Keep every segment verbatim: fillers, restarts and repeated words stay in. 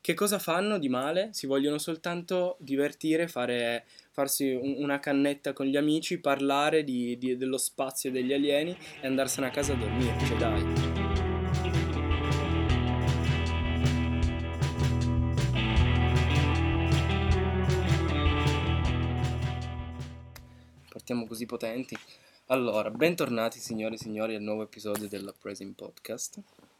che cosa fanno di male? Si vogliono soltanto divertire, fare, farsi un- una cannetta con gli amici, parlare di- di- dello spazio e degli alieni e andarsene a casa a dormire, cioè dai. Partiamo così potenti. Allora, bentornati signore e signori al nuovo episodio dell'Uprising Podcast.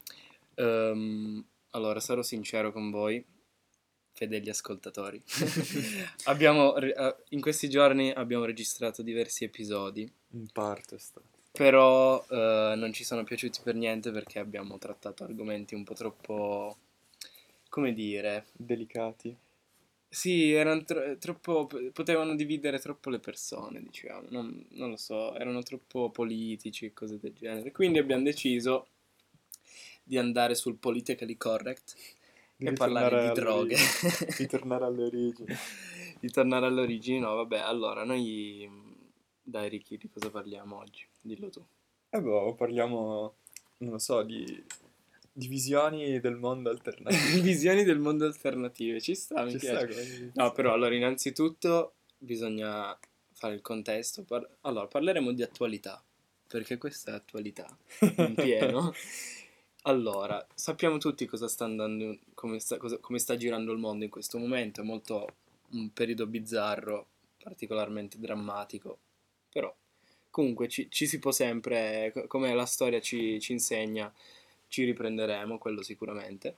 Ehm, allora, sarò sincero con voi, fedeli ascoltatori. Abbiamo, re- eh, in questi giorni abbiamo registrato diversi episodi, In parte è stato. però eh, non ci sono piaciuti per niente perché abbiamo trattato argomenti un po' troppo, come dire, Delicati. sì, erano tro- troppo, potevano dividere troppo le persone, diciamo, non, non lo so, erano troppo politici e cose del genere. Quindi abbiamo deciso di andare sul politically correct Di e parlare ritornare di alle droghe. origini. Ritornare alle origini. Di tornare alle origini, no, vabbè, allora noi... Dai Ricky, di cosa parliamo oggi? Dillo tu. E boh, parliamo, non lo so, di, di visioni del mondo alternativo. Visioni del mondo alternative, ci sta, mi Ci piace. sta come inizio? No, però allora innanzitutto bisogna fare il contesto. Par- allora, parleremo di attualità, perché questa è attualità in pieno. Allora, sappiamo tutti cosa sta andando, come sta, cosa- come sta girando il mondo in questo momento, è molto un periodo bizzarro, particolarmente drammatico, però comunque ci, ci si può sempre, co- come la storia ci, ci insegna, ci riprenderemo, quello sicuramente.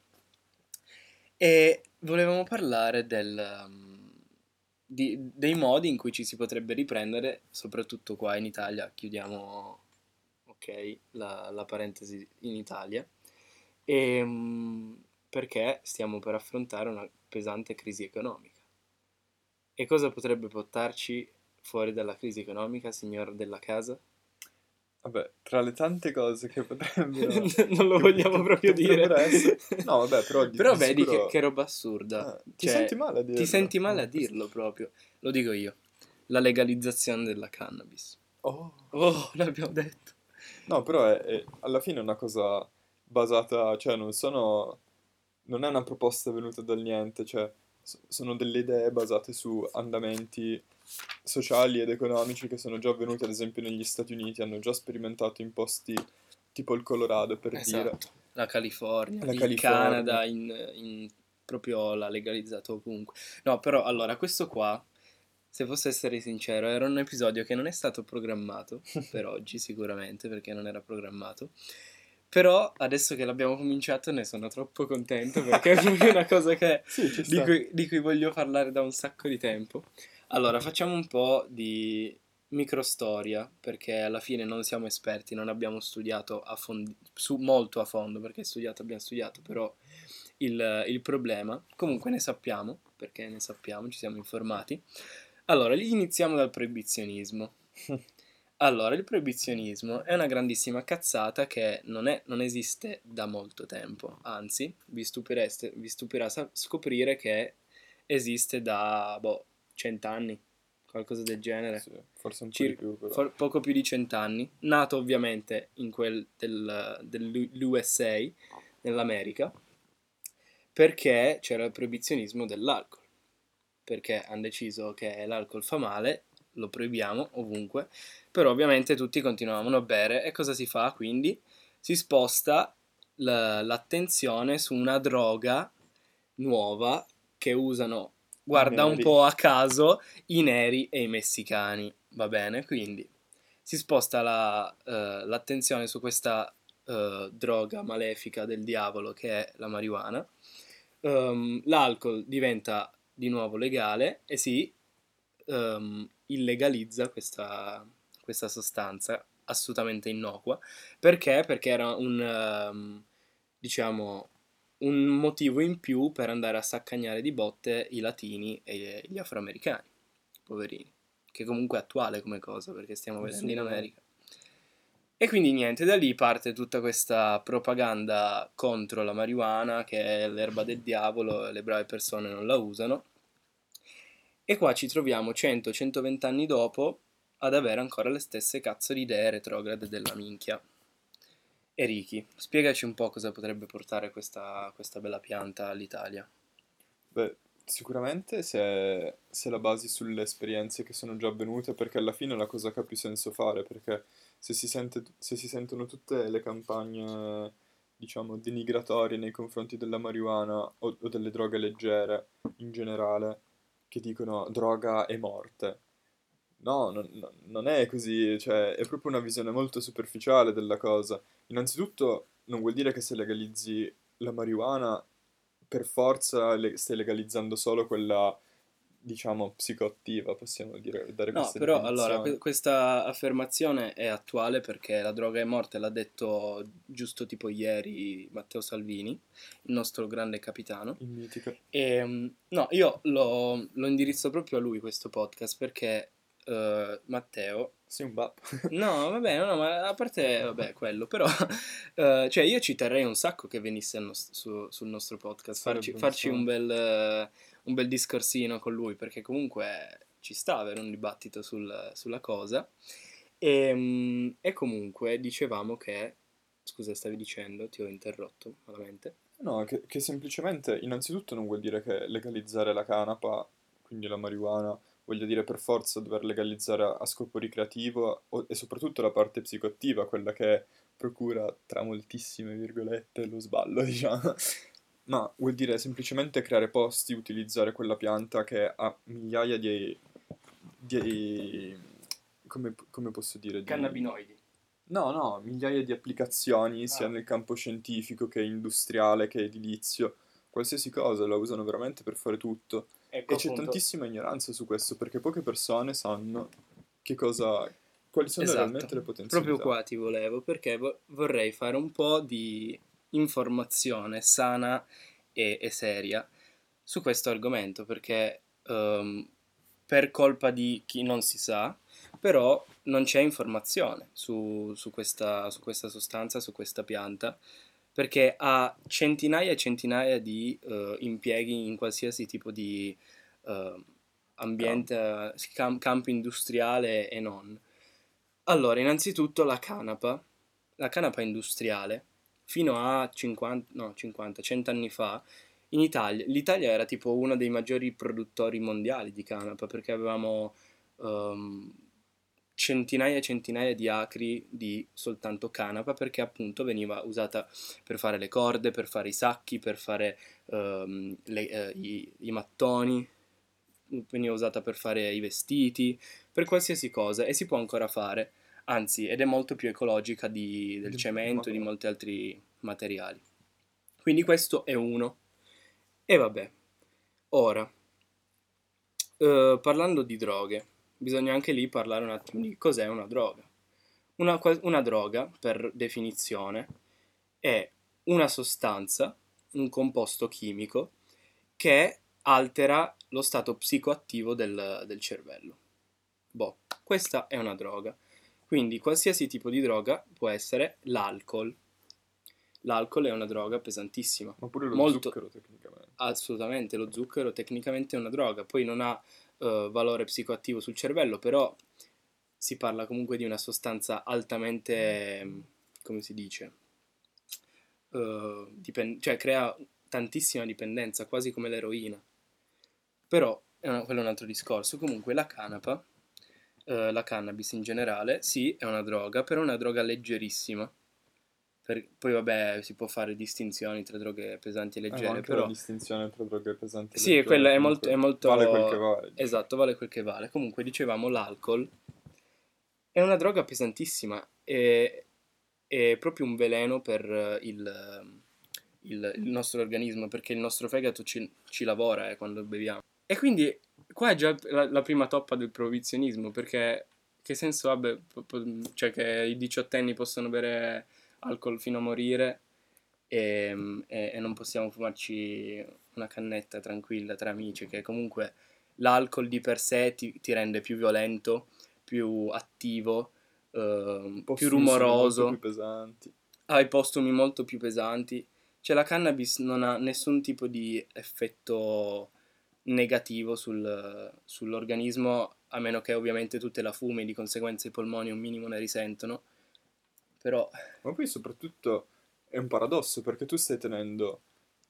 E volevamo parlare del, um, di- dei modi in cui ci si potrebbe riprendere, soprattutto qua in Italia. Chiudiamo, ok, la, la parentesi in Italia. E, um, perché stiamo per affrontare una pesante crisi economica. E cosa potrebbe portarci fuori dalla crisi economica, signor della casa? Vabbè, tra le tante cose che potrebbero... Non lo che, vogliamo che- proprio che dire. potrebbero essere... No, vabbè, però di, Però di vedi che, sicuro... che roba assurda. eh, ti Cioè, senti male a ti dirlo? senti male a No, questo- dirlo proprio. Lo dico io. La legalizzazione della cannabis. Oh... Oh, l'abbiamo detto. No, però è, è- alla fine è una cosa basata, cioè non sono, non è una proposta venuta dal niente, cioè so- sono delle idee basate su andamenti sociali ed economici che sono già avvenuti ad esempio negli Stati Uniti, hanno già sperimentato in posti tipo il Colorado per dire, Esatto. La California, la il California. Canada, in, in- proprio l'ha legalizzato ovunque. No, però allora, questo qua, se posso essere sincero, era un episodio che non è stato programmato per oggi, sicuramente, perché non era programmato. Però adesso che l'abbiamo cominciato ne sono troppo contento perché è proprio una cosa che, Sì, ci di sta. cui, di cui voglio parlare da un sacco di tempo. Allora, facciamo un po' di microstoria, perché alla fine non siamo esperti, non abbiamo studiato a fondo, su, molto a fondo, perché studiato abbiamo studiato, però il, il problema, comunque ne sappiamo, perché ne sappiamo, ci siamo informati. Allora, iniziamo dal proibizionismo. Allora, il proibizionismo è una grandissima cazzata che non, è, non esiste da molto tempo, anzi, vi, stupireste, vi stupirà sa- scoprire che esiste da, boh, cent'anni, qualcosa del genere, Sì, forse un po' di Cir- più però. for- poco più di cent'anni, nato ovviamente in quel del, dell'U S A, nell'America, perché c'era il proibizionismo dell'alcol, perché hanno deciso che l'alcol fa male, lo proibiamo ovunque, però ovviamente tutti continuavano a bere e cosa si fa quindi? Si sposta l- l'attenzione su una droga nuova che usano, I guarda un neri. po' a caso, i neri e i messicani, va bene? Quindi si sposta la, eh, l'attenzione su questa eh, droga malefica del diavolo che è la marijuana. Ehm, l'alcol diventa di nuovo legale e si ehm, illegalizza questa, questa sostanza assolutamente innocua. Perché? Perché era un, ehm, diciamo, un motivo in più per andare a saccagnare di botte i latini e gli afroamericani, poverini, che comunque è attuale come cosa perché stiamo vedendo in Assolutamente. America. E quindi niente, da lì parte tutta questa propaganda contro la marijuana, che è l'erba del diavolo e le brave persone non la usano. E qua ci troviamo cento centoventi anni dopo ad avere ancora le stesse cazzo di idee retrograde della minchia. E Ricky, spiegaci un po' cosa potrebbe portare questa, questa bella pianta all'Italia. Beh, sicuramente se, se la basi sulle esperienze che sono già avvenute, perché alla fine è la cosa che ha più senso fare, perché se si sente- se si sentono tutte le campagne, diciamo, denigratorie nei confronti della marijuana o, o delle droghe leggere in generale, che dicono droga e morte. No, non, non- non è così, cioè è proprio una visione molto superficiale della cosa. Innanzitutto non vuol dire che se legalizzi la marijuana per forza le- stai legalizzando solo quella, diciamo, psicoattiva, possiamo dire, dare No, questa però allora definizione. que- questa affermazione è attuale perché la droga è morte, l'ha detto giusto tipo ieri Matteo Salvini, il nostro grande capitano. In mitica. E, mm, no, io lo, lo indirizzo proprio a lui questo podcast perché eh, Matteo. Sei un bap. No, vabbè, no, no, ma a parte, vabbè, quello, però, eh, cioè io ci terrei un sacco che venisse al nos- su- sul nostro podcast, farci, Sarebbe un farci un sogno. bel, eh, un bel discorsino con lui, perché comunque ci sta avere un dibattito sul- sulla cosa. E, mm, e comunque dicevamo che, scusa, stavi dicendo, ti ho interrotto, malamente. No, che, che semplicemente, innanzitutto non vuol dire che legalizzare la canapa, quindi la marijuana, voglia dire per forza dover legalizzare a, a scopo ricreativo o- e soprattutto la parte psicoattiva, quella che procura, tra moltissime virgolette, lo sballo, diciamo. Ma vuol dire semplicemente creare posti, utilizzare quella pianta che ha migliaia di... di come, come posso dire? Di... Cannabinoidi. No, no, migliaia di applicazioni sia Ah, nel campo scientifico che industriale che edilizio, qualsiasi cosa, la usano veramente per fare tutto. ecco E c'è appunto. tantissima ignoranza su questo perché poche persone sanno che cosa, quali sono Esatto, realmente le proprio potenzialità. qua ti volevo perché vo- vorrei fare un po' di informazione sana e, e seria su questo argomento perché ehm, per colpa di chi non si sa, però non c'è informazione su, su questa, su questa sostanza, su questa pianta, perché ha centinaia e centinaia di eh, impieghi in qualsiasi tipo di eh, ambiente, Campo. eh, cam- campo industriale e non. Allora, innanzitutto la canapa, la canapa industriale, fino a cinquanta, no, cinquanta, cento anni fa, in Italia, l'Italia era tipo uno dei maggiori produttori mondiali di canapa perché avevamo ehm, centinaia e centinaia di acri di soltanto canapa perché appunto veniva usata per fare le corde, per fare i sacchi, per fare ehm, le- eh, i, i mattoni, veniva usata per fare i vestiti, per qualsiasi cosa e si può ancora fare, anzi ed è molto più ecologica di- del Di- cemento e di ma- molti altri materiali. Quindi questo è uno. E vabbè, ora, eh, parlando di droghe, bisogna anche lì parlare un attimo di cos'è una droga. Una, qual- una droga, per definizione, è una sostanza, un composto chimico, che altera lo stato psicoattivo del, del cervello. Boh, questa è una droga. Quindi qualsiasi tipo di droga può essere l'alcol. L'alcol è una droga pesantissima. Ma pure lo Molto, zucchero tecnicamente. assolutamente, lo zucchero tecnicamente è una droga. Poi non ha eh, valore psicoattivo sul cervello, però si parla comunque di una sostanza altamente, mm, come si dice, eh, dipen- cioè crea tantissima dipendenza, quasi come l'eroina. Però è una- quello è un altro discorso. Comunque la canapa, eh, la cannabis in generale, sì, è una droga, però è una droga leggerissima. Per- poi vabbè, si può fare distinzioni tra droghe pesanti e Eh, ma leggere, anche la però distinzione tra droghe pesanti e sì, quello leggere è molto, è comunque vale quel che molto vale, diciamo. esatto, vale quel che vale. Comunque dicevamo l'alcol è una droga pesantissima, è, è proprio un veleno per eh, il, il- il nostro organismo, perché il nostro fegato ci, ci lavora eh, quando beviamo. E quindi qua è già la, la prima toppa del proibizionismo, perché che senso ha, be- po- po- cioè che i diciottenni possono bere alcol fino a morire e, e- e non possiamo fumarci una cannetta tranquilla tra amici, che comunque l'alcol di per sé ti, ti rende più violento, più attivo, ehm, più Postumi sono molto più rumoroso, pesanti. ha i postumi molto più pesanti. Cioè la cannabis non ha nessun tipo di effetto negativo sul- sull'organismo, a meno che ovviamente tu te la fumi, di conseguenza i polmoni un minimo ne risentono. Però Ma poi soprattutto è un paradosso perché tu stai tenendo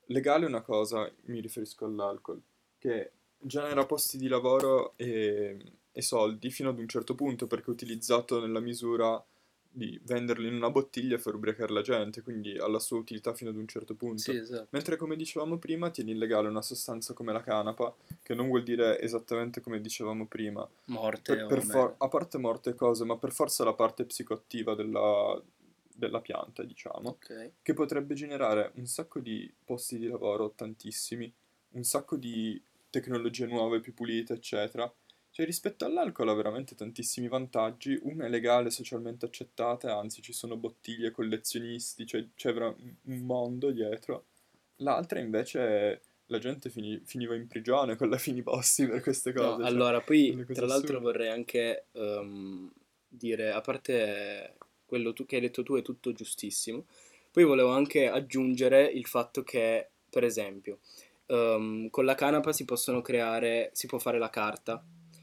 legale è una cosa, mi riferisco all'alcol, che genera posti di lavoro e, e soldi fino ad un certo punto perché è utilizzato nella misura di venderlo in una bottiglia e far ubriacare la gente, quindi ha la sua utilità fino ad un certo Sì, punto. esatto. Mentre come dicevamo prima, tieni illegale una sostanza come la canapa, che non vuol dire esattamente come dicevamo prima, Morte per, o per for- meno. a parte morte e cose, ma per forza la parte psicoattiva della, della pianta, diciamo, Ok. che potrebbe generare un sacco di posti di lavoro, tantissimi, un sacco di tecnologie nuove, più pulite, eccetera. Cioè, rispetto all'alcol ha veramente tantissimi vantaggi. Una è legale, socialmente accettata, anzi ci sono bottiglie, collezionisti, cioè c'è vera- un mondo dietro. L'altra invece la gente fini- finiva in prigione con la fini posti per queste No, cose, cioè allora, poi delle cose tra l'altro assurde. vorrei anche ehm, dire, a parte quello tu- che hai detto tu è tutto giustissimo, poi volevo anche aggiungere il fatto che, per esempio, ehm, con la canapa si possono creare, si può fare la carta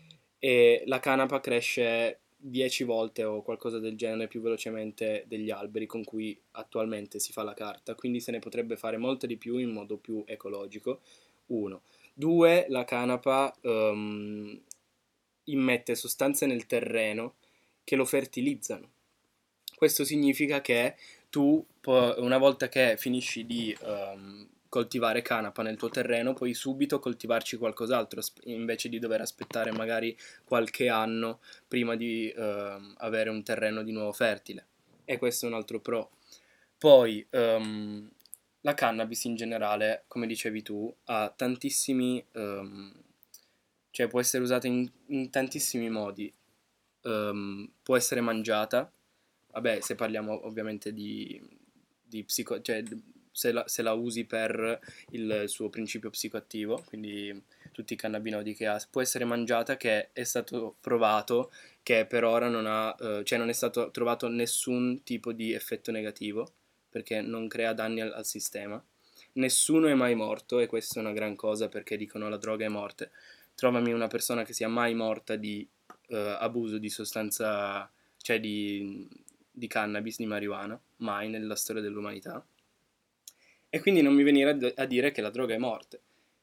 e la canapa cresce dieci volte o qualcosa del genere più velocemente degli alberi con cui attualmente si fa la carta, quindi se ne potrebbe fare molto di più in modo più ecologico. Uno. Due, la canapa ehm, immette sostanze nel terreno che lo fertilizzano. Questo significa che tu, po- una volta che finisci di ehm, coltivare canapa nel tuo terreno, puoi subito coltivarci qualcos'altro, sp- invece di dover aspettare magari qualche anno prima di ehm, avere un terreno di nuovo fertile. E questo è un altro pro. Poi, ehm, la cannabis in generale, come dicevi tu, ha tantissimi, ehm, cioè può essere usata in, in tantissimi modi. Ehm, può essere mangiata, vabbè, se parliamo ovviamente di, di psico, cioè se la, se la usi per il suo principio psicoattivo, quindi tutti i cannabinoidi che ha, può essere mangiata, che è stato provato che per ora non ha, eh, cioè non è stato trovato nessun tipo di effetto negativo, perché non crea danni al, al sistema. Nessuno è mai morto e questa è una gran cosa perché dicono la droga è morte. Trovami una persona che sia mai morta di eh, abuso di sostanza, cioè di, di cannabis, di marijuana, mai nella storia dell'umanità. E quindi non mi venire a, a dire che la droga è morte.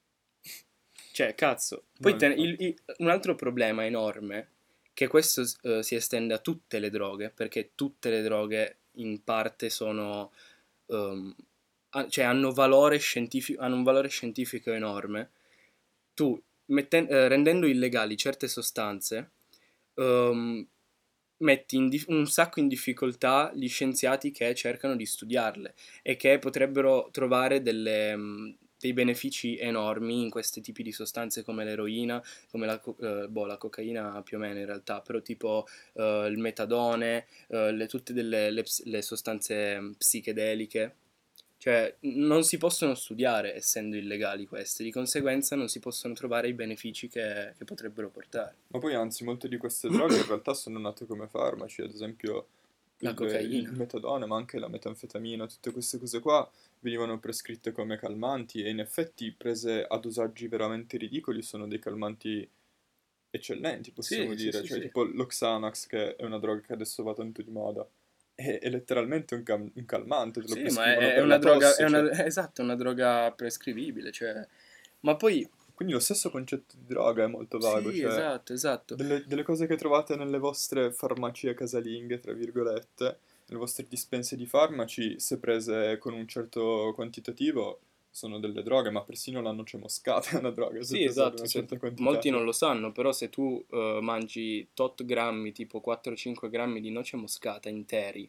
Cioè, cazzo. No, Poi te- il- infatti. il- un altro problema enorme, che questo eh, si estende a tutte le droghe, perché tutte le droghe in parte sono, ehm, ha- cioè hanno valore scientifico, hanno un valore scientifico enorme. Tu, metten- eh, rendendo illegali certe sostanze, ehm, metti in dif- un sacco in difficoltà gli scienziati che cercano di studiarle e che potrebbero trovare delle, mh, dei benefici enormi in questi tipi di sostanze come l'eroina, come la, co- eh, boh, la cocaina più o meno in realtà, però tipo eh, il metadone, eh, le- tutte delle, le, ps- le sostanze mh, psichedeliche. Cioè, non si possono studiare essendo illegali queste, di conseguenza non si possono trovare i benefici che, che potrebbero portare. Ma poi anzi, molte di queste droghe in realtà sono nate come farmaci, ad esempio La il, il cocaina. metadone, ma anche la metanfetamina, tutte queste cose qua venivano prescritte come calmanti e in effetti prese a dosaggi veramente ridicoli sono dei calmanti eccellenti, possiamo Sì, sì, dire, sì, cioè sì. tipo l'Oxanax che è una droga che adesso va tanto di moda, è, è letteralmente un, cam- un calmante, te lo Sì, ma prescrivono è, è per una la droga, è tosse, cioè. una, esatto, è una droga prescrivibile, cioè. Ma poi, Quindi lo stesso concetto di droga è molto vago, sì, cioè esatto, esatto. delle, delle cose che trovate nelle vostre farmacie casalinghe, tra virgolette, nelle vostre dispense di farmaci, se prese con un certo quantitativo, sono delle droghe, ma persino la noce moscata è una droga se Sì, presa ad esatto, una se- certa quantità, molti cioè. non lo sanno, però se tu eh, mangi tot grammi, tipo quattro cinque grammi di noce moscata interi,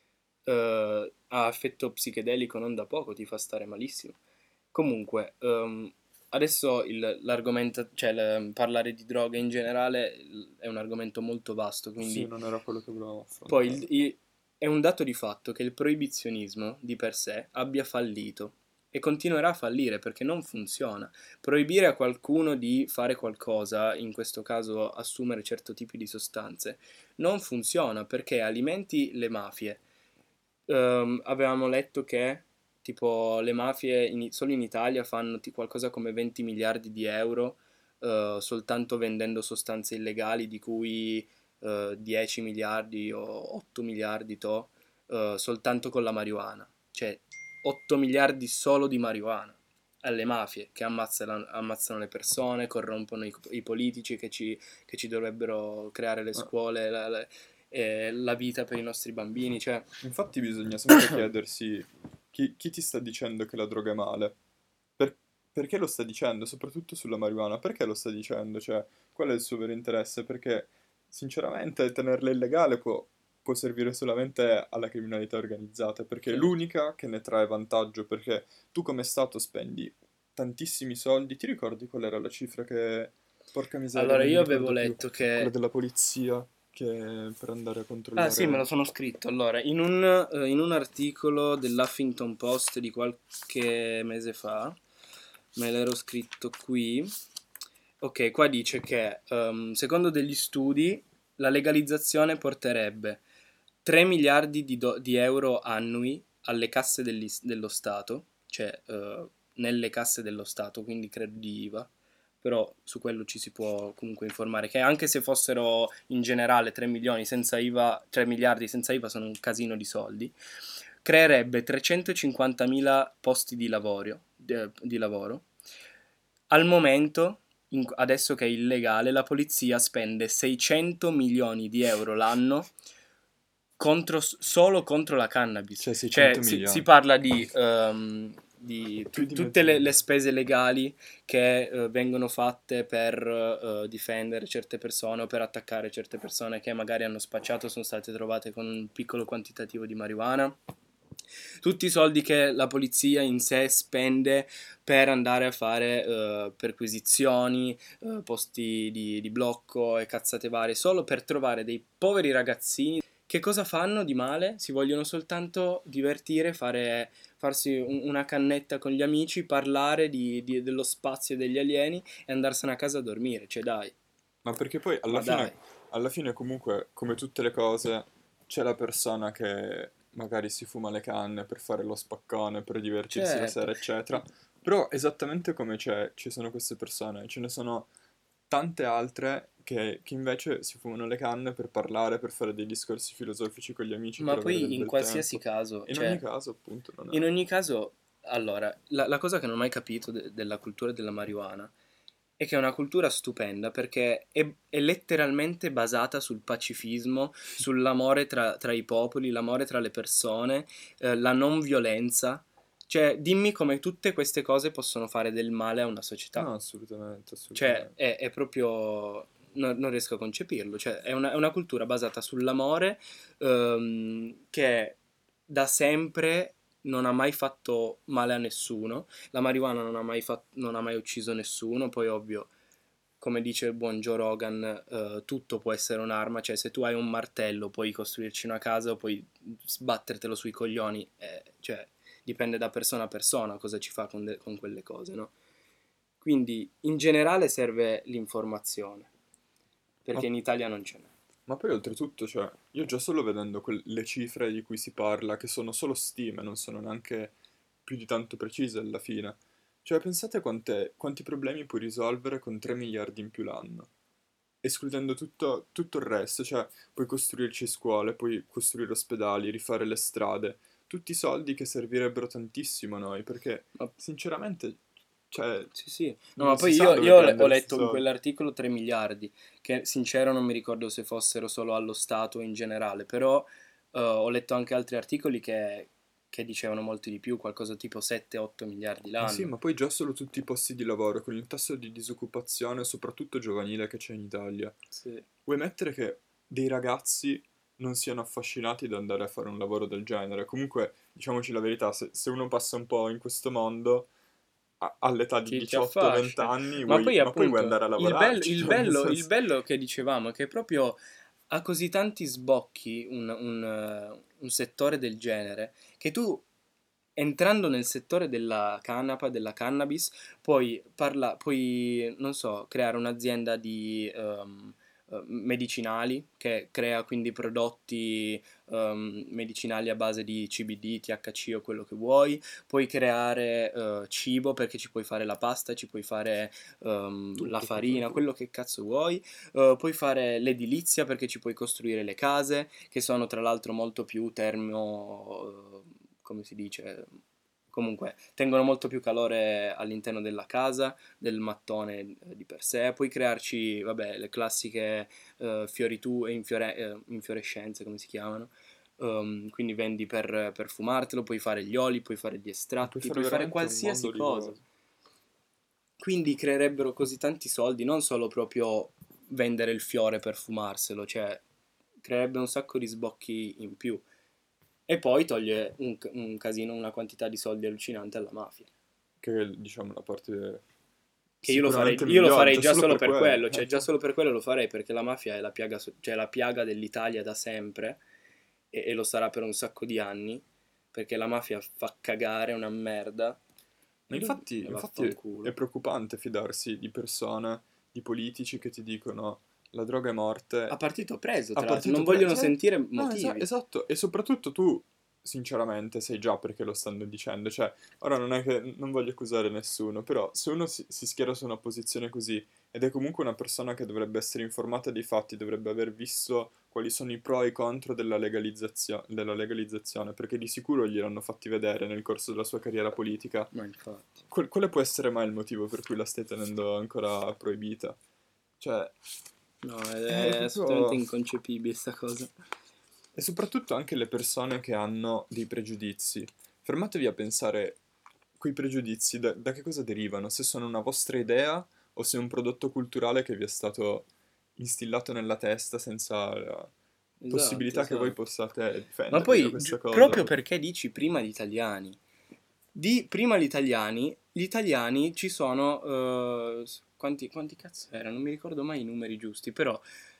eh, ha effetto psichedelico non da poco, ti fa stare malissimo. Comunque, ehm, adesso il- l'argomento, cioè il- parlare di droghe in generale il- è un argomento molto vasto, Sì, quindi non era quello che volevamo poi il- affrontare. i- è un dato di fatto che il proibizionismo di per sé abbia fallito e continuerà a fallire perché non funziona. Proibire a qualcuno di fare qualcosa, in questo caso assumere certi tipi di sostanze, non funziona perché alimenti le mafie. Ehm, avevamo letto che tipo le mafie in- solo in Italia fanno ti- qualcosa come venti miliardi di euro eh, soltanto vendendo sostanze illegali, di cui eh, dieci miliardi o otto miliardi to, eh, soltanto con la marijuana. Cioè otto miliardi solo di marijuana. alle mafie che ammazzano, ammazzano le persone, corrompono i, i politici che ci, che ci dovrebbero creare le Ah, scuole, la, la- eh, la vita per i nostri bambini, cioè... infatti bisogna sempre chiedersi chi, chi ti sta dicendo che la droga è male? Per- perché lo sta dicendo? Soprattutto sulla marijuana, perché lo sta dicendo? Cioè, qual è il suo vero interesse? Perché, sinceramente, tenerla illegale può, può servire solamente alla criminalità organizzata, perché è Certo. l'unica che ne trae vantaggio, perché tu come Stato spendi tantissimi soldi. Ti ricordi qual era la cifra che... Porca miseria, Allora, non mi io avevo ricordo più. letto Quella che... della polizia, che per andare a Ah sì, me lo controllare... sono scritto. Allora, in un, eh, in un articolo dell'Huffington Post di qualche mese fa, me l'ero scritto qui. Ok, qua dice che ehm, secondo degli studi la legalizzazione porterebbe tre miliardi di, do- di euro annui alle casse degli- dello Stato, cioè eh, nelle casse dello Stato, quindi credo di I V A, però su quello ci si può comunque informare, che anche se fossero in generale tre milioni senza I V A, tre miliardi senza I V A sono un casino di soldi, creerebbe trecentocinquantamila posti di lavoro, de- di lavoro. Al momento, in- adesso che è illegale, la polizia spende seicento milioni di euro l'anno contro, solo contro la cannabis. Cioè, Cioè, seicento si, si milioni. parla di, ehm, di Più tu- di tutte mezzo le, le milione. spese legali che eh, vengono fatte per eh, difendere certe persone o per attaccare certe persone che magari hanno spacciato, sono state trovate con un piccolo quantitativo di marijuana. Tutti i soldi che la polizia in sé spende per andare a fare eh, perquisizioni, eh, posti di, di blocco e cazzate varie, solo per trovare dei poveri ragazzini. Che cosa fanno di male? Si vogliono soltanto divertire, fare, farsi un- una cannetta con gli amici, parlare di- di- dello spazio e degli alieni e andarsene a casa a dormire. Cioè, dai, Ma perché poi alla ma fine, dai. alla fine comunque, come tutte le cose, c'è la persona che magari si fuma le canne per fare lo spaccone, per divertirsi la Certo. sera, eccetera. Però esattamente come c'è, ci sono queste persone, ce ne sono tante altre che, che invece si fumano le canne per parlare, per fare dei discorsi filosofici con gli amici, Ma per avere del poi in bel qualsiasi tempo. caso, E in ogni cioè, caso, appunto, non in è... ogni caso, allora, la, la cosa che non ho mai capito de- della cultura della marijuana è che è una cultura stupenda perché è, è letteralmente basata sul pacifismo, sull'amore tra, tra i popoli, l'amore tra le persone, eh, la non violenza. Cioè, dimmi come tutte queste cose possono fare del male a una società. No, assolutamente, Cioè, assolutamente. è, è proprio... Non, non riesco a concepirlo. Cioè, è una, è una cultura basata sull'amore ehm, che da sempre non ha mai fatto male a nessuno. La marijuana non ha mai, fat- non ha mai ucciso nessuno. Poi, ovvio, come dice il buon Joe Rogan, eh, tutto può essere un'arma. Cioè, se tu hai un martello, puoi costruirci una casa o puoi sbattertelo sui coglioni. Eh, cioè, dipende da persona a persona cosa ci fa con, de- con quelle cose, no? Quindi in generale serve l'informazione, Ma perché in Italia non ce n'è. Ma poi oltretutto, cioè, io già solo vedendo quel- le cifre di cui si parla, che sono solo stime, non sono neanche più di tanto precise alla fine. Cioè, pensate quante- quanti problemi puoi risolvere con tre miliardi in più l'anno, escludendo tutto, tutto il resto, cioè, puoi costruirci scuole, puoi costruire ospedali, rifare le strade, tutti soldi che servirebbero tantissimo a noi, perché Ma sinceramente, cioè, sì, sì. No, ma non si poi sa io, dove io le- ho prendere questi letto in soldi. quell'articolo tre miliardi, che sincero non mi ricordo se fossero solo allo Stato o in generale, però eh, ho letto anche altri articoli che, che dicevano molto di più, qualcosa tipo sette otto miliardi Ma sì, l'anno. ma poi già solo tutti i posti di lavoro, con il tasso di disoccupazione, soprattutto giovanile, che c'è in Italia. Sì. Vuoi mettere che dei ragazzi non siano affascinati ad andare a fare un lavoro del genere? Comunque, diciamoci la verità, se, se uno passa un po' in questo mondo, a- all'età di Ti, ti diciotto venti affascina. anni, Ma vuoi, poi ma poi vuoi appunto andare a il bello, lavorarci, il cioè, nel bello, il senso... bello che dicevamo è che proprio ha così tanti sbocchi un, un, eh, un settore del genere che tu entrando nel settore della canapa, della cannabis, puoi, parla, puoi non so, creare un'azienda di ehm, eh, medicinali che crea quindi prodotti ehm, medicinali a base di C B D, T H C o quello che vuoi. Puoi creare eh, cibo perché ci puoi fare la pasta, ci puoi fare ehm, la Tutto, puoi fare farina, quello tutto. che cazzo vuoi. Eh, puoi fare l'edilizia perché ci puoi costruire le case, che sono tra l'altro molto più termo, eh, come si dice, comunque tengono molto più calore all'interno della casa, del mattone eh, di per sé. Puoi crearci, vabbè, le classiche eh, fioriture, infiore- eh, infiorescenze, come si chiamano. Um, quindi vendi per, per fumartelo, puoi fare gli oli, puoi fare gli Ma puoi estratti, fare puoi fare veramente un qualsiasi mondo di cosa. cose. Quindi creerebbero così tanti soldi, non solo proprio vendere il fiore per fumarselo, cioè creerebbe un sacco di sbocchi in più. E poi toglie un, un casino, una quantità di soldi allucinante alla mafia. Che è, diciamo, la parte Che io lo farei, sicuramente io lo migliore, farei già già solo solo per per quello. quello, cioè già Ecco. solo per quello lo farei perché la mafia è la piaga, so- cioè la piaga dell'Italia da sempre e, e lo sarà per un sacco di anni, perché la mafia fa cagare, è una merda Ma e, dov- infatti, e infatti è, è vaffanculo. preoccupante fidarsi di persone, di politici che ti dicono la droga è A morte, partito preso, a tra l'altro, partito non vogliono preso. Cioè, sentire no, esa- motivi. esatto, e soprattutto tu, sinceramente, sai già perché lo stanno dicendo. Cioè, ora non è che non voglio accusare nessuno, però se uno si, si schiera su una posizione così ed è comunque una persona che dovrebbe essere informata dei fatti, dovrebbe aver visto quali sono i pro e i contro della legalizzazio- della legalizzazione, perché di sicuro gliel'hanno fatti vedere nel corso della sua carriera politica. Ma infatti. Qual- quale può essere mai il motivo per cui la stai tenendo ancora proibita? Cioè, No, è è assolutamente proprio... inconcepibile sta cosa. E soprattutto anche le persone che hanno dei pregiudizi. Fermatevi a pensare, quei pregiudizi da, da che cosa derivano? Se sono una vostra idea o se è un prodotto culturale che vi è stato instillato nella testa senza la Esatto, possibilità che voi esatto. possiate Ma difendervi da poi, questa giu- cosa. proprio perché dici prima gli italiani, di prima gli italiani, gli italiani ci sono, eh, s- quanti, quanti cazzo erano? Non mi ricordo mai i numeri giusti, però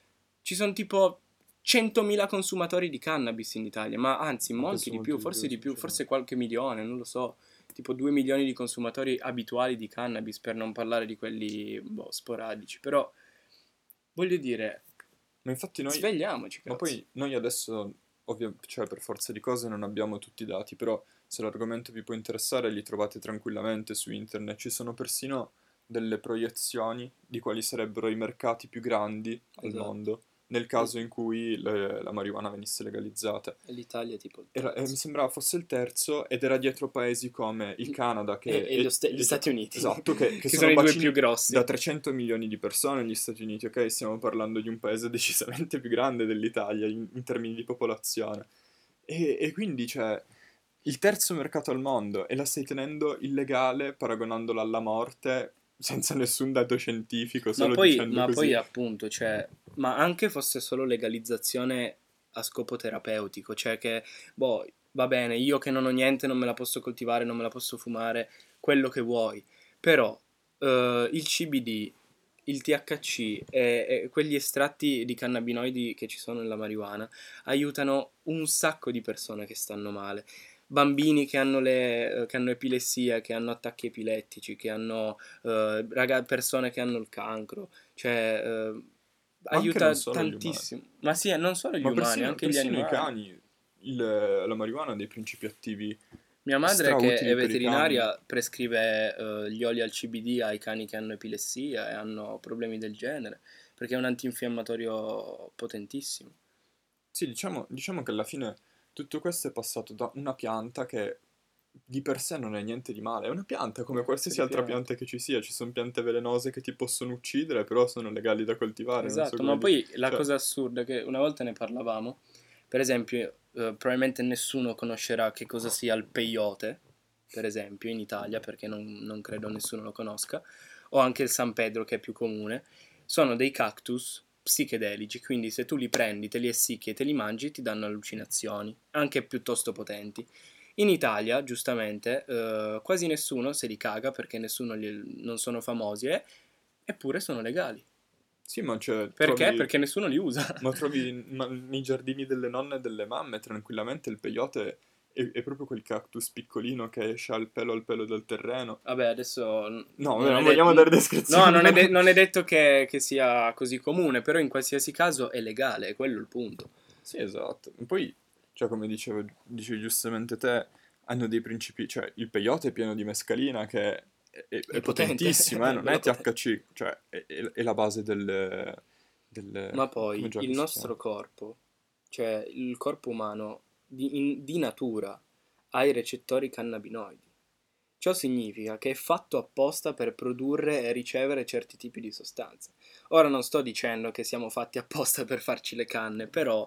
ci sono tipo centomila consumatori di cannabis in Italia, ma anzi Ma molti penso di più, molto di forse più, di più, sinceramente. forse qualche milione, non lo so, tipo due milioni di consumatori abituali di cannabis, per non parlare di quelli, boh, sporadici, però voglio dire, Ma infatti noi, svegliamoci, ma cazzo. poi noi adesso, ovvio, cioè per forza di cose non abbiamo tutti i dati, però se l'argomento vi può interessare li trovate tranquillamente su internet. Ci sono persino delle proiezioni di quali sarebbero i mercati più grandi al Esatto. mondo nel caso in cui le- la marijuana venisse legalizzata. E l'Italia è tipo il Era- eh, mi terzo. sembrava fosse il terzo ed era dietro paesi come il Canada, E, che e lo è, sta- gli è già- Stati Uniti, esatto, che, che che sono sono i due più bacini da grossi. trecento milioni di persone negli Stati Uniti, ok? Stiamo parlando di un paese decisamente più grande dell'Italia in, in termini di popolazione. E, e quindi c'è il terzo mercato al mondo e la stai tenendo illegale paragonandola alla morte senza nessun dato scientifico, Ma solo poi, dicendo ma poi così. appunto, cioè, ma anche fosse solo legalizzazione a scopo terapeutico, cioè che, boh, va bene, io che non ho niente non me la posso coltivare, non me la posso fumare, quello che vuoi, però eh, il C B D, il T H C e, e quegli estratti di cannabinoidi che ci sono nella marijuana aiutano un sacco di persone che stanno male. Bambini che hanno, le, eh, che hanno epilessia, che hanno attacchi epilettici, che hanno eh, raga- persone che hanno il cancro, cioè eh, Ma anche non aiuta solo gli umani. tantissimo. Ma sì, non solo gli Ma umani, persino, anche gli persino i animali. cani, il- la marijuana ha dei principi attivi Mia madre, che è strautili per i cani. veterinaria, prescrive eh, gli oli al C B D ai cani che hanno epilessia e hanno problemi del genere, perché è un antinfiammatorio potentissimo. Sì, diciamo, diciamo che alla fine tutto questo è passato da una pianta che di per sé non è niente di male. È una pianta come Una cazzo qualsiasi di altra pianta. pianta che ci sia. Ci sono piante velenose che ti possono uccidere, però sono legali da coltivare, non so Esatto, come ma dire. poi la Cioè, cosa assurda è che una volta ne parlavamo, per esempio, eh, probabilmente nessuno conoscerà che cosa sia il peyote, per esempio, in Italia, perché non, non credo nessuno lo conosca, o anche il San Pedro, che è più comune. Sono dei cactus psichedelici, quindi se tu li prendi, te li essicchi e te li mangi, ti danno allucinazioni, anche piuttosto potenti. In Italia, giustamente, eh, quasi nessuno se li caga perché nessuno li- non sono famosi, eh, eppure sono legali. sì, ma cioè, Perché? trovi, Perché nessuno li usa. ma trovi ma- nei giardini delle nonne e delle mamme tranquillamente il peyote è, è proprio quel cactus piccolino che esce al pelo al pelo del terreno. Vabbè, adesso n- No, vabbè, non è non detto... vogliamo dare No, descrizioni, non è, però... de- non è detto che, che sia così comune, però in qualsiasi caso è legale, è quello il punto. Sì, esatto. Poi, cioè, come dicevo, dicevi giustamente te, hanno dei principi, cioè, il peyote è pieno di mescalina che è, è- È è potente, potentissimo, eh, è non bella è potente. T H C, cioè, è, è- è la base del, del... Ma come poi già il che si chiama? nostro corpo, cioè il corpo umano di, in- di natura, ha i recettori cannabinoidi. Ciò significa che è fatto apposta per produrre e ricevere certi tipi di sostanze. Ora non sto dicendo che siamo fatti apposta per farci le canne, però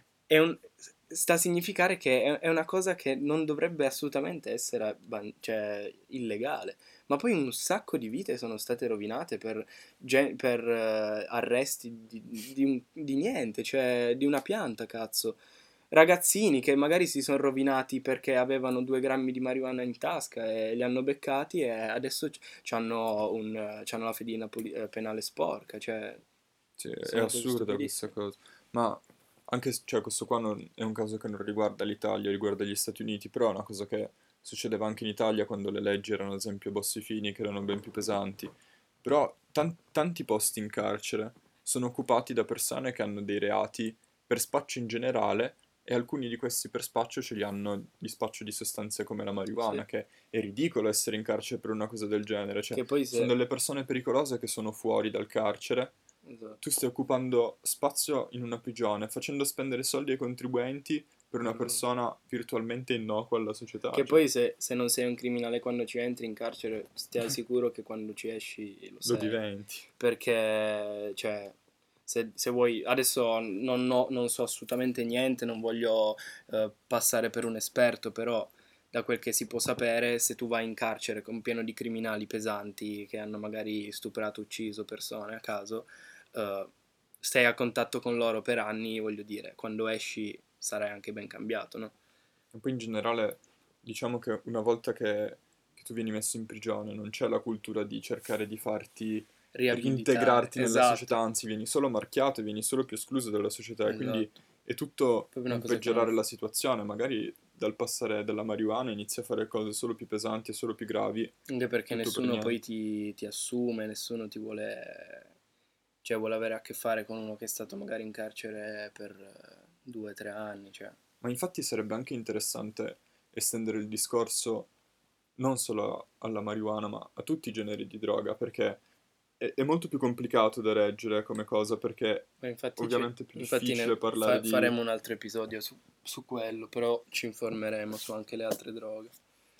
è un, sta a significare che è, è una cosa che non dovrebbe assolutamente essere ban- cioè, illegale. Ma poi un sacco di vite sono state rovinate per, gen- per eh, arresti di, di un- di niente, cioè di una pianta, cazzo. Ragazzini che magari si sono rovinati perché avevano due grammi di marijuana in tasca e li hanno beccati e adesso hanno la fedina poli- eh, penale sporca, cioè Sì, è sono cose assurda questa stupidissime. cosa. Ma anche, s- cioè, questo qua non- è un caso che non riguarda l'Italia, riguarda gli Stati Uniti, però è una cosa che succedeva anche in Italia quando le leggi erano, ad esempio, Bossi-Fini, che erano ben più pesanti. Però tan- tanti posti in carcere sono occupati da persone che hanno dei reati per spaccio in generale e alcuni di questi per spaccio ce li hanno di spaccio di sostanze come la Sì. marijuana, che è ridicolo essere in carcere per una cosa del genere. Cioè, Che poi sono se... delle persone pericolose che sono fuori dal carcere. Tu Esatto. stai occupando spazio in una prigione, facendo spendere soldi ai contribuenti per una Esatto. persona virtualmente innocua alla società, Che cioè, poi se, se non sei un criminale quando ci entri in carcere, stai sicuro che quando ci esci lo lo sei. diventi. Perché, cioè, se, se vuoi, adesso non, ho- non so assolutamente niente, non voglio eh, passare per un esperto, però da quel che si può sapere, se tu vai in carcere con pieno di criminali pesanti che hanno magari stuprato, ucciso persone a caso, eh, stai a contatto con loro per anni, voglio dire, quando esci sarai anche ben cambiato, no? E poi in generale, diciamo che una volta che, che tu vieni messo in prigione, non c'è la cultura di cercare di farti Riabilitare, reintegrarti nella società, esatto, anzi vieni solo marchiato e vieni solo più escluso dalla società, e quindi esatto. è tutto Proprio una un cosa che non peggiorare fa. la situazione, magari dal passare dalla marijuana inizi a fare cose solo più pesanti e solo più gravi, Anche perché tutto per nessuno poi niente. ti, ti assume, nessuno ti vuole, cioè vuole avere a che fare con uno che è stato magari in carcere per eh, due o tre anni, cioè. Ma infatti sarebbe anche interessante estendere il discorso non solo alla marijuana, ma a tutti i generi di droga, perché è, è molto più complicato da reggere come cosa, perché Ma infatti, ci- ovviamente è più infatti ne- difficile parlare fa- di... faremo un altro episodio su, su quello, però ci informeremo su anche le altre droghe.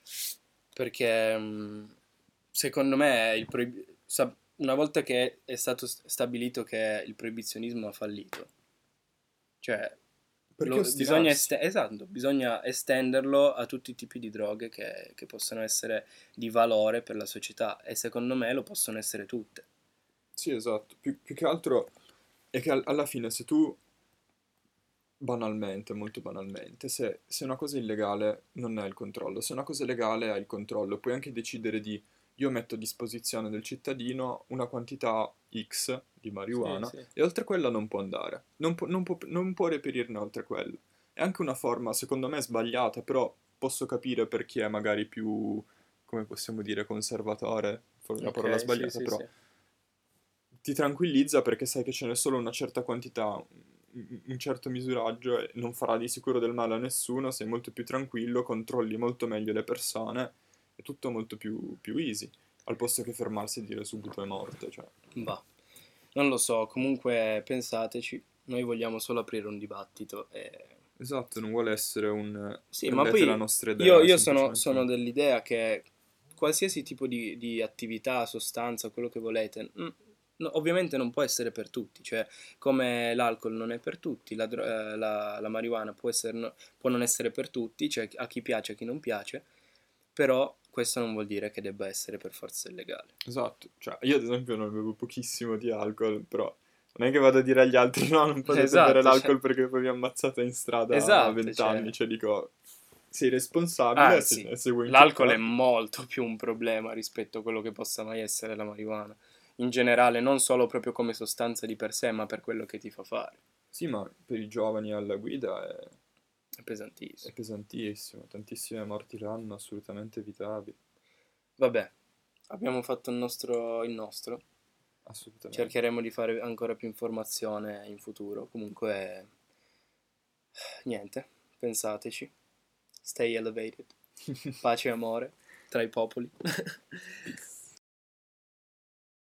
Perché mh, secondo me il proib- sa- una volta che è stato st- stabilito che il proibizionismo ha fallito, cioè Perché lo- bisogna, ostinarsi? este- esatto, bisogna estenderlo a tutti i tipi di droghe che, che possono essere di valore per la società e secondo me lo possono essere tutte. Sì, esatto. Più, più che altro è che al- alla fine se tu banalmente, molto banalmente, se, se una cosa è illegale non hai il controllo, se una cosa è legale hai il controllo, puoi anche decidere di io metto a disposizione del cittadino una quantità X di Sì, marijuana sì. e oltre quella non può andare, non può, non può- non può reperirne oltre quello. È anche una forma, secondo me, sbagliata, però posso capire per chi è magari più, come possiamo dire, conservatore, forse è la parola Ok, sì, sbagliata, sì, però sì. ti tranquillizza perché sai che ce n'è solo una certa quantità, un un certo misuraggio e non farà di sicuro del male a nessuno, sei molto più tranquillo, controlli molto meglio le persone, è tutto molto più, più easy, al posto che fermarsi e dire subito è morte, cioè. Bah, non lo so, comunque pensateci, noi vogliamo solo aprire un dibattito e... Esatto, non vuole essere un Sì, ma prendete la poi nostra io, idea, è io sono, semplicemente sono un... dell'idea che qualsiasi tipo di, di attività, sostanza, quello che volete, mm, no, ovviamente non può essere per tutti, cioè come l'alcol non è per tutti, la, dro- eh, la- la marijuana può, essere no- può non essere per tutti, cioè a chi piace e a chi non piace, però questo non vuol dire che debba essere per forza illegale. Esatto, cioè io ad esempio non bevo pochissimo di alcol, però non è che vado a dire agli altri no, non potete bere Esatto, cioè, l'alcol perché poi vi ammazzate in strada a esatto, venti anni, cioè, cioè dico sei responsabile se, anzi, se vuoi l'alcol è incepparti. molto più un problema rispetto a quello che possa mai essere la marijuana. In generale, non solo proprio come sostanza di per sé, ma per quello che ti fa fare. Sì, ma per i giovani alla guida è, È è pesantissimo. pesantissimo, tantissime morti l'anno, assolutamente evitabili, Vabbè, abbiamo fatto il nostro, il nostro. assolutamente. Cercheremo di fare ancora più informazione in futuro. Comunque, niente, pensateci. Stay elevated. Pace e amore tra i popoli. Peace.